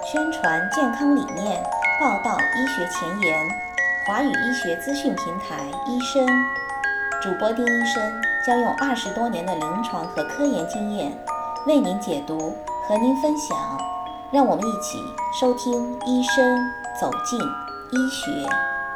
宣传健康理念，报道医学前沿，华语医学资讯平台医生主播丁医生将用20多年的临床和科研经验为您解读和您分享，让我们一起收听医生走进医学。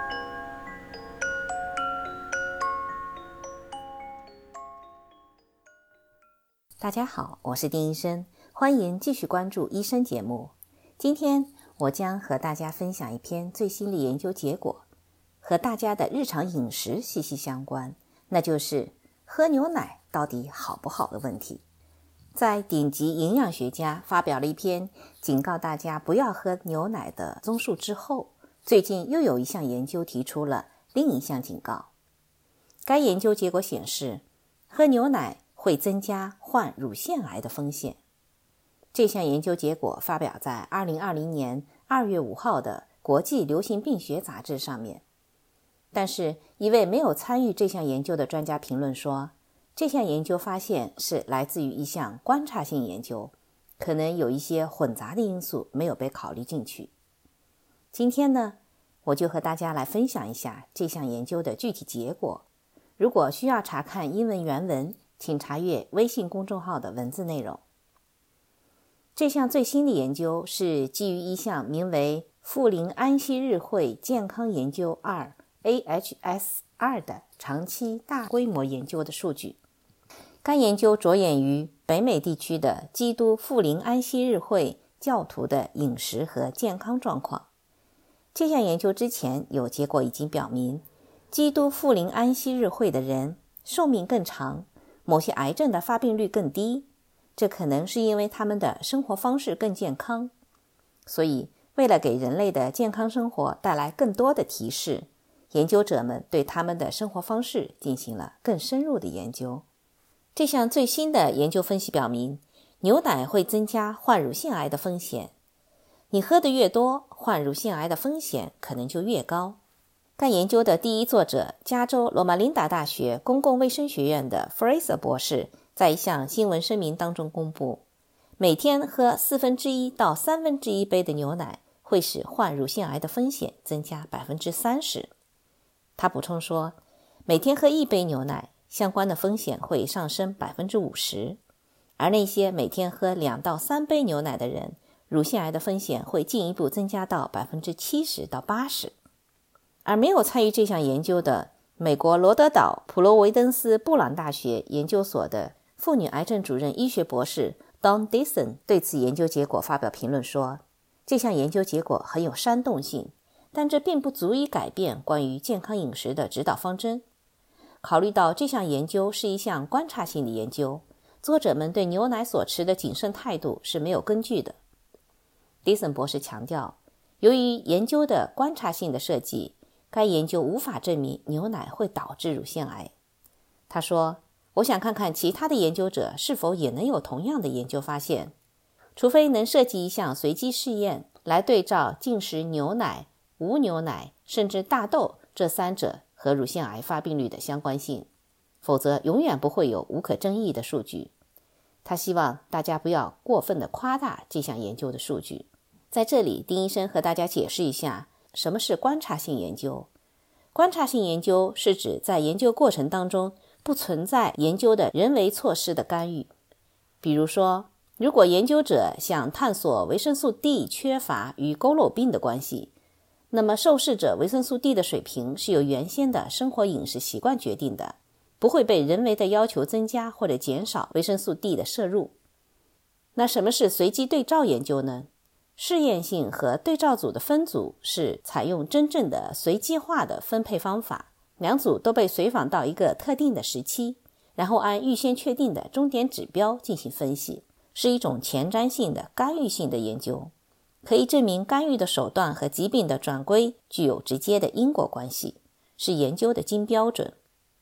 大家好，我是丁医生，欢迎继续关注医生节目。今天我将和大家分享一篇最新的研究结果，和大家的日常饮食息息相关，那就是喝牛奶到底好不好的问题。在顶级营养学家发表了一篇警告大家不要喝牛奶的综述之后，最近又有一项研究提出了另一项警告。该研究结果显示，喝牛奶会增加患乳腺癌的风险。这项研究结果发表在2020年2月5号的国际流行病学杂志上面。但是一位没有参与这项研究的专家评论说，这项研究发现是来自于一项观察性研究，可能有一些混杂的因素没有被考虑进去。今天呢，我就和大家来分享一下这项研究的具体结果。如果需要查看英文原文，请查阅微信公众号的文字内容。这项最新的研究是基于一项名为富林安息日会健康研究2 AHS2 的长期大规模研究的数据。该研究着眼于北美地区的基督富林安息日会教徒的饮食和健康状况。这项研究之前有结果已经表明，基督富林安息日会的人寿命更长，某些癌症的发病率更低，这可能是因为他们的生活方式更健康。所以为了给人类的健康生活带来更多的提示，研究者们对他们的生活方式进行了更深入的研究。这项最新的研究分析表明，牛奶会增加患乳腺癌的风险。你喝的越多，患乳腺癌的风险可能就越高。该研究的第一作者，加州罗马琳达大学公共卫生学院的 Fraser 博士，在一项新闻声明当中公布，每天喝1/4到1/3杯的牛奶会使患乳腺癌的风险增加 30%。 他补充说，每天喝1杯牛奶，相关的风险会上升 50%， 而那些每天喝2到3杯牛奶的人，乳腺癌的风险会进一步增加到 70%到80%。而没有参与这项研究的美国罗德岛普罗维登斯布朗大学研究所的妇女癌症主任医学博士 Dawn Dyson 对此研究结果发表评论说，这项研究结果很有煽动性，但这并不足以改变关于健康饮食的指导方针。考虑到这项研究是一项观察性的研究，作者们对牛奶所持的谨慎态度是没有根据的。 Dyson 博士强调，由于研究的观察性的设计，该研究无法证明牛奶会导致乳腺癌。他说，我想看看其他的研究者是否也能有同样的研究发现，除非能设计一项随机试验来对照进食牛奶、无牛奶甚至大豆这三者和乳腺癌发病率的相关性，否则永远不会有无可争议的数据。他希望大家不要过分地夸大这项研究的数据。在这里，丁医生和大家解释一下什么是观察性研究。观察性研究是指在研究过程当中不存在研究的人为措施的干预。比如说，如果研究者想探索维生素 D 缺乏与佝偻病的关系，那么受试者维生素 D 的水平是由原先的生活饮食习惯决定的，不会被人为的要求增加或者减少维生素 D 的摄入。那什么是随机对照研究呢？试验性和对照组的分组是采用真正的随机化的分配方法，两组都被随访到一个特定的时期，然后按预先确定的终点指标进行分析，是一种前瞻性的干预性的研究，可以证明干预的手段和疾病的转归具有直接的因果关系，是研究的金标准。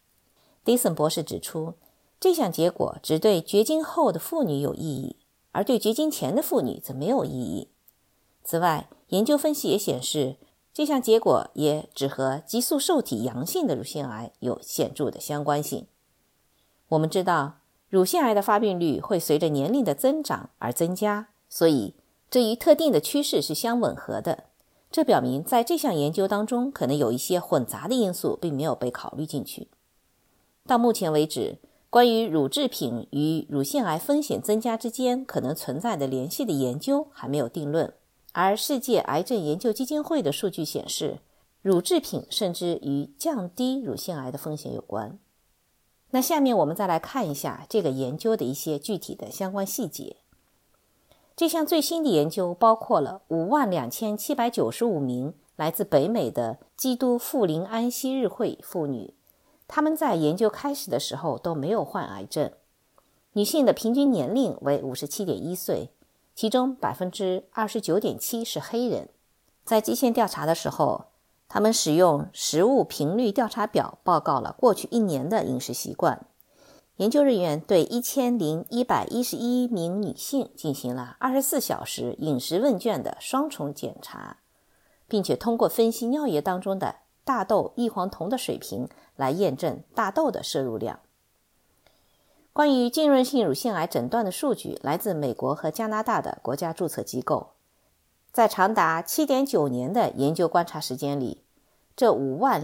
Dyson 博士指出，这项结果只对绝经后的妇女有意义，而对绝经前的妇女则没有意义。此外，研究分析也显示，这项结果也只和激素受体阳性的乳腺癌有显著的相关性。我们知道，乳腺癌的发病率会随着年龄的增长而增加，所以这与特定的趋势是相吻合的。这表明在这项研究当中可能有一些混杂的因素并没有被考虑进去。到目前为止，关于乳制品与乳腺癌风险增加之间可能存在的联系的研究还没有定论，而世界癌症研究基金会的数据显示，乳制品甚至与降低乳腺癌的风险有关。那下面我们再来看一下这个研究的一些具体的相关细节。这项最新的研究包括了52795名来自北美的基督复临安息日会妇女，她们在研究开始的时候都没有患癌症。女性的平均年龄为 57.1 岁，其中 29.7% 是黑人。在基线调查的时候，他们使用食物频率调查表报告了过去1年的饮食习惯。研究人员对1111名女性进行了24小时饮食问卷的双重检查，并且通过分析尿液当中的大豆异黄酮的水平来验证大豆的摄入量。关于浸润性乳腺癌诊断的数据来自美国和加拿大的国家注册机构。在长达 7.9 年的研究观察时间里，这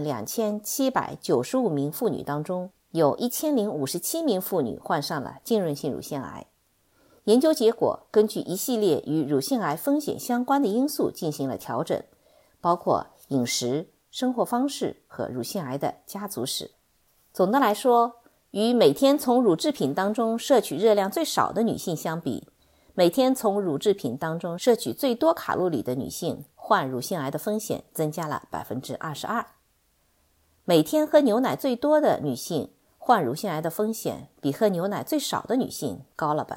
52795名妇女当中，有1057名妇女患上了浸润性乳腺癌。研究结果根据一系列与乳腺癌风险相关的因素进行了调整，包括饮食、生活方式和乳腺癌的家族史。总的来说，与每天从乳制品当中摄取热量最少的女性相比，每天从乳制品当中摄取最多卡路里的女性患乳腺癌的风险增加了 22%。 每天喝牛奶最多的女性患乳腺癌的风险比喝牛奶最少的女性高了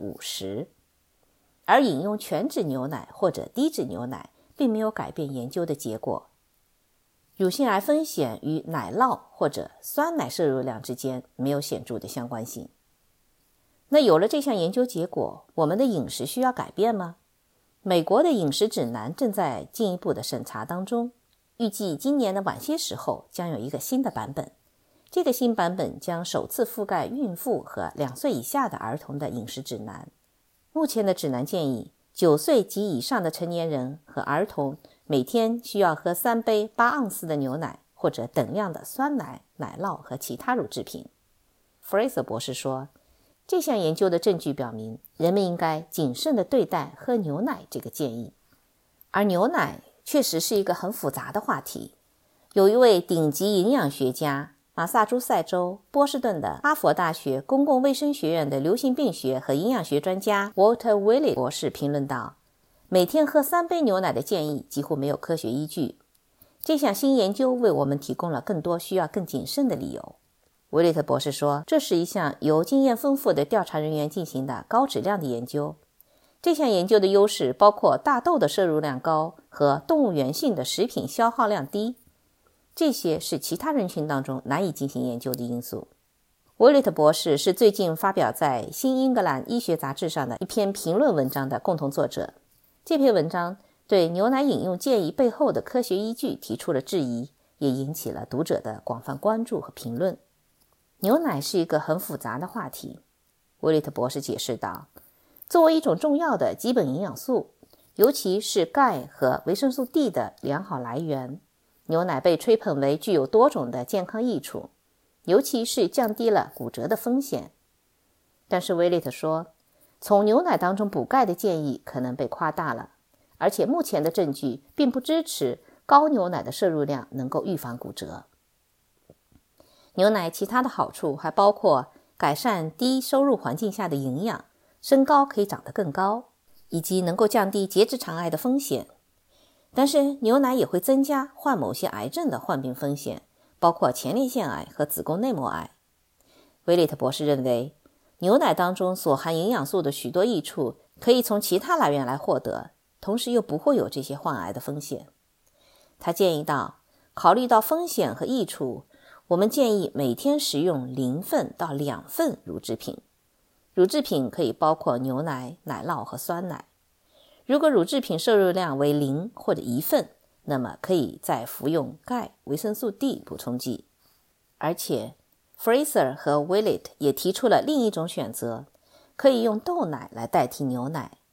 50%。 而饮用全脂牛奶或者低脂牛奶并没有改变研究的结果。乳腺癌风险与奶酪或者酸奶摄入量之间没有显著的相关性。那有了这项研究结果，我们的饮食需要改变吗？美国的饮食指南正在进一步的审查当中，预计今年的晚些时候将有一个新的版本。这个新版本将首次覆盖孕妇和2岁以下的儿童的饮食指南。目前的指南建议9岁及以上的成年人和儿童每天需要喝3杯8盎司的牛奶或者等量的酸奶、奶酪和其他乳制品。Fraser 博士说，这项研究的证据表明，人们应该谨慎地对待喝牛奶这个建议。而牛奶确实是一个很复杂的话题。有一位顶级营养学家，马萨诸塞州波士顿的哈佛大学公共卫生学院的流行病学和营养学专家 Walter Willett 博士评论道，每天喝3杯牛奶的建议几乎没有科学依据。这项新研究为我们提供了更多需要更谨慎的理由。维利特博士说，这是一项由经验丰富的调查人员进行的高质量的研究。这项研究的优势包括大豆的摄入量高和动物源性的食品消耗量低，这些是其他人群当中难以进行研究的因素。维利特博士是最近发表在《新英格兰医学杂志》上的一篇评论文章的共同作者。这篇文章对牛奶饮用建议背后的科学依据提出了质疑，也引起了读者的广泛关注和评论。牛奶是一个很复杂的话题，维利特博士解释道，作为一种重要的基本营养素，尤其是钙和维生素 D 的良好来源，牛奶被吹捧为具有多种的健康益处，尤其是降低了骨折的风险。但是维利特说，从牛奶当中补钙的建议可能被夸大了，而且目前的证据并不支持高牛奶的摄入量能够预防骨折。牛奶其他的好处还包括改善低收入环境下的营养，身高可以长得更高，以及能够降低结直肠癌的风险。但是牛奶也会增加患某些癌症的患病风险，包括前列腺癌和子宫内膜癌。维利特博士认为，牛奶当中所含营养素的许多益处可以从其他来源来获得，同时又不会有这些患癌的风险。他建议到，考虑到风险和益处，我们建议每天食用0份到2份乳制品。乳制品可以包括牛奶、奶酪和酸奶。如果乳制品摄入量为0或者1份，那么可以再服用钙、维生素 D 补充剂。而且 Fraser 和 Willett 也提出了另一种选择，可以用豆奶来代替牛奶。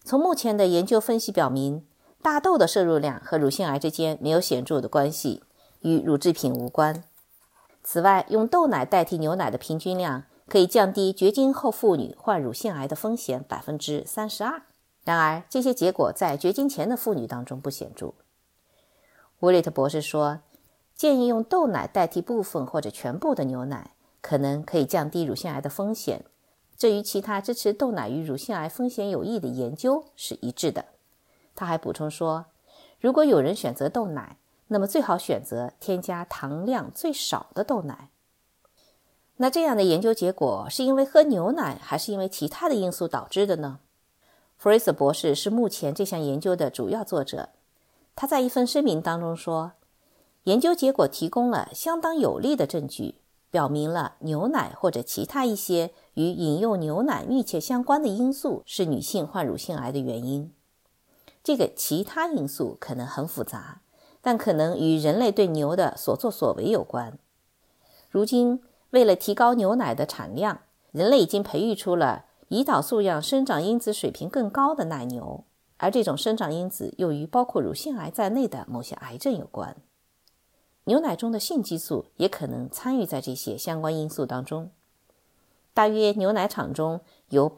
从目前的研究分析表明，大豆的摄入量和乳腺癌之间没有显著的关系，与乳制品无关。此外，用豆奶代替牛奶的平均量可以降低绝经后妇女患乳腺癌的风险 32%。 然而，这些结果在绝经前的妇女当中不显著。威利特博士说，建议用豆奶代替部分或者全部的牛奶，可能可以降低乳腺癌的风险，这与其他支持豆奶与乳腺癌风险有益的研究是一致的。他还补充说，如果有人选择豆奶，那么最好选择添加糖量最少的豆奶。那这样的研究结果是因为喝牛奶，还是因为其他的因素导致的呢？弗瑞瑟博士是目前这项研究的主要作者。他在一份声明当中说，研究结果提供了相当有力的证据，表明了牛奶或者其他一些与饮用牛奶密切相关的因素是女性患乳腺癌的原因。这个其他因素可能很复杂，但可能与人类对牛的所作所为有关。如今，为了提高牛奶的产量，人类已经培育出了胰岛素样生长因子水平更高的奶牛，而这种生长因子又与包括乳腺癌在内的某些癌症有关。牛奶中的性激素也可能参与在这些相关因素当中。大约牛奶场中有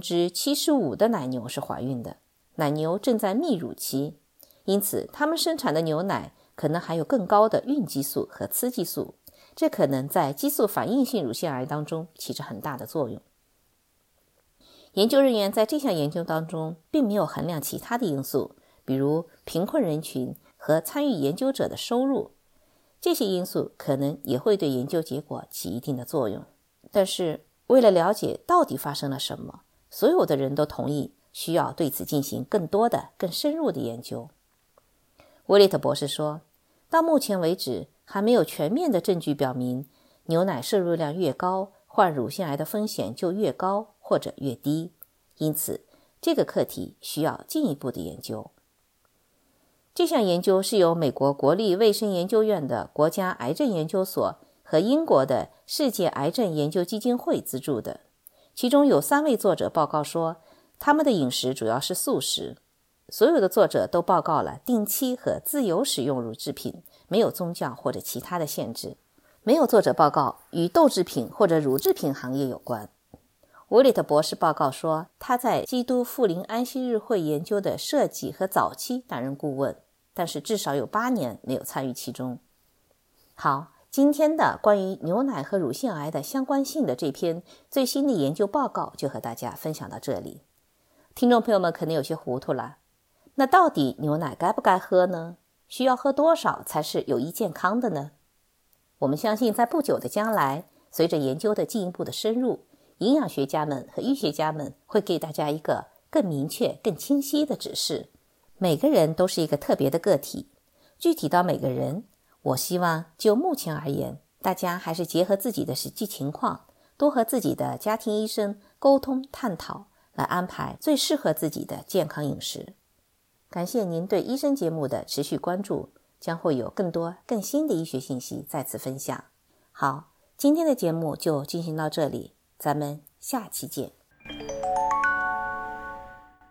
75% 的奶牛是怀孕的，奶牛正在泌乳期，因此它们生产的牛奶可能含有更高的孕激素和雌激素，这可能在激素反应性乳腺癌当中起着很大的作用。研究人员在这项研究当中并没有衡量其他的因素，比如贫困人群和参与研究者的收入，这些因素可能也会对研究结果起一定的作用。但是为了了解到底发生了什么，所有的人都同意需要对此进行更多的、更深入的研究。威利特博士说，到目前为止还没有全面的证据表明牛奶摄入量越高，患乳腺癌的风险就越高或者越低，因此这个课题需要进一步的研究。这项研究是由美国国立卫生研究院的国家癌症研究所和英国的世界癌症研究基金会资助的，其中有3位作者报告说，他们的饮食主要是素食。所有的作者都报告了定期和自由使用乳制品，没有宗教或者其他的限制。没有作者报告与豆制品或者乳制品行业有关。威利特博士报告说，他在基督复临安息日会研究的设计和早期担任顾问，但是至少有8年没有参与其中。好，今天的关于牛奶和乳腺癌的相关性的这篇最新的研究报告就和大家分享到这里。听众朋友们可能有些糊涂了，那到底牛奶该不该喝呢？需要喝多少才是有益健康的呢？我们相信在不久的将来，随着研究的进一步的深入，营养学家们和医学家们会给大家一个更明确、更清晰的指示。每个人都是一个特别的个体，具体到每个人，我希望就目前而言，大家还是结合自己的实际情况，多和自己的家庭医生沟通探讨，来安排最适合自己的健康饮食。感谢您对医生节目的持续关注，将会有更多更新的医学信息再次分享。好，今天的节目就进行到这里，咱们下期见。